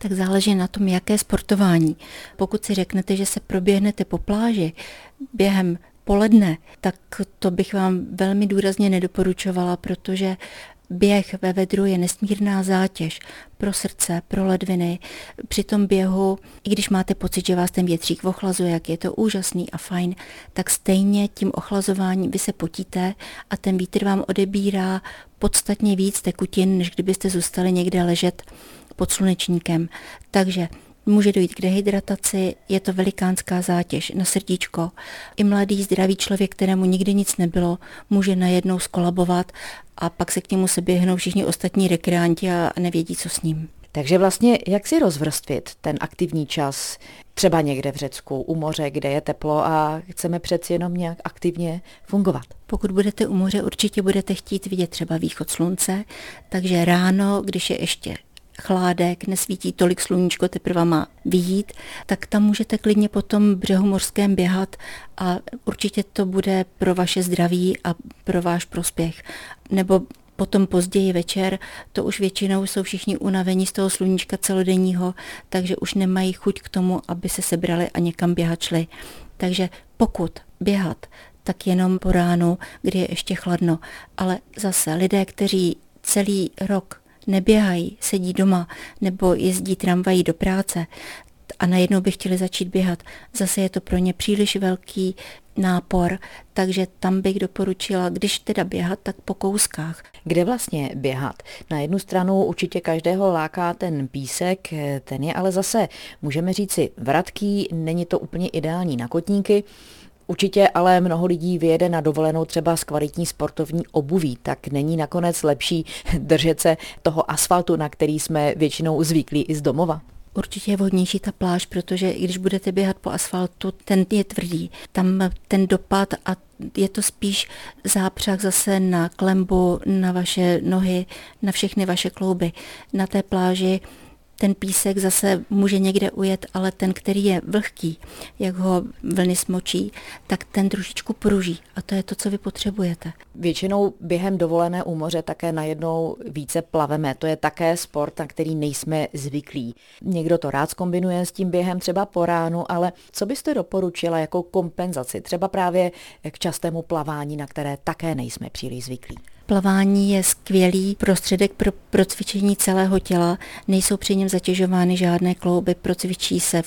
Tak záleží na tom, jaké sportování. Pokud si řeknete, že se proběhnete po pláži během poledne, tak to bych vám velmi důrazně nedoporučovala, protože běh ve vedru je nesmírná zátěž pro srdce, pro ledviny. Při tom běhu, i když máte pocit, že vás ten větřík ochlazuje, jak je to úžasný a fajn, tak stejně tím ochlazováním vy se potíte a ten vítr vám odebírá podstatně víc tekutin, než kdybyste zůstali někde ležet pod slunečníkem. Takže může dojít k dehydrataci, je to velikánská zátěž na srdíčko. I mladý, zdravý člověk, kterému nikdy nic nebylo, může najednou skolabovat a pak se k němu seběhnou všichni ostatní rekreanti a nevědí, co s ním. Takže vlastně jak si rozvrstvit ten aktivní čas, třeba někde v Řecku, u moře, kde je teplo a chceme přeci jenom nějak aktivně fungovat? Pokud budete u moře, určitě budete chtít vidět třeba východ slunce, takže ráno, když je ještě chládek, nesvítí tolik sluníčko, teprve má vyjít, tak tam můžete klidně po tom břehu mořském běhat a určitě to bude pro vaše zdraví a pro váš prospěch. Nebo potom později večer, to už většinou jsou všichni unavení z toho sluníčka celodenního, takže už nemají chuť k tomu, aby se sebrali a někam běhat šli. Takže pokud běhat, tak jenom po ránu, kdy je ještě chladno. Ale zase lidé, kteří celý rok neběhají, sedí doma nebo jezdí tramvají do práce a najednou by chtěli začít běhat, zase je to pro ně příliš velký nápor, takže tam bych doporučila, když teda běhat, tak po kouskách. Kde vlastně běhat? Na jednu stranu určitě každého láká ten písek, ten je ale zase, můžeme říci, vratký, není to úplně ideální na kotníky. Určitě ale mnoho lidí vyjede na dovolenou třeba s kvalitní sportovní obuví, tak není nakonec lepší držet se toho asfaltu, na který jsme většinou zvyklí i z domova? Určitě je vhodnější ta pláž, protože i když budete běhat po asfaltu, ten je tvrdý. Tam ten dopad a je to spíš zápřah zase na klembu, na vaše nohy, na všechny vaše klouby. Na té pláži ten písek zase může někde ujet, ale ten, který je vlhký, jak ho vlny smočí, tak ten trošičku pruží a to je to, co vy potřebujete. Většinou během dovolené u moře také najednou více plaveme. To je také sport, na který nejsme zvyklí. Někdo to rád zkombinuje s tím během třeba po ránu, ale co byste doporučila jako kompenzaci třeba právě k častému plavání, na které také nejsme příliš zvyklí? Plavání je skvělý prostředek pro procvičení celého těla, nejsou při něm zatěžovány žádné klouby, procvičí se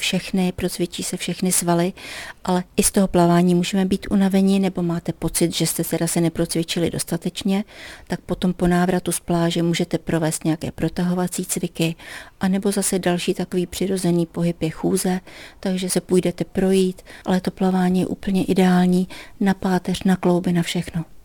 všechny svaly, ale i z toho plavání můžeme být unavení, nebo máte pocit, že jste teda se neprocvičili dostatečně, tak potom po návratu z pláže můžete provést nějaké protahovací cviky, anebo zase další takový přirozený pohyb je chůze, takže se půjdete projít, ale to plavání je úplně ideální na páteř, na klouby, na všechno.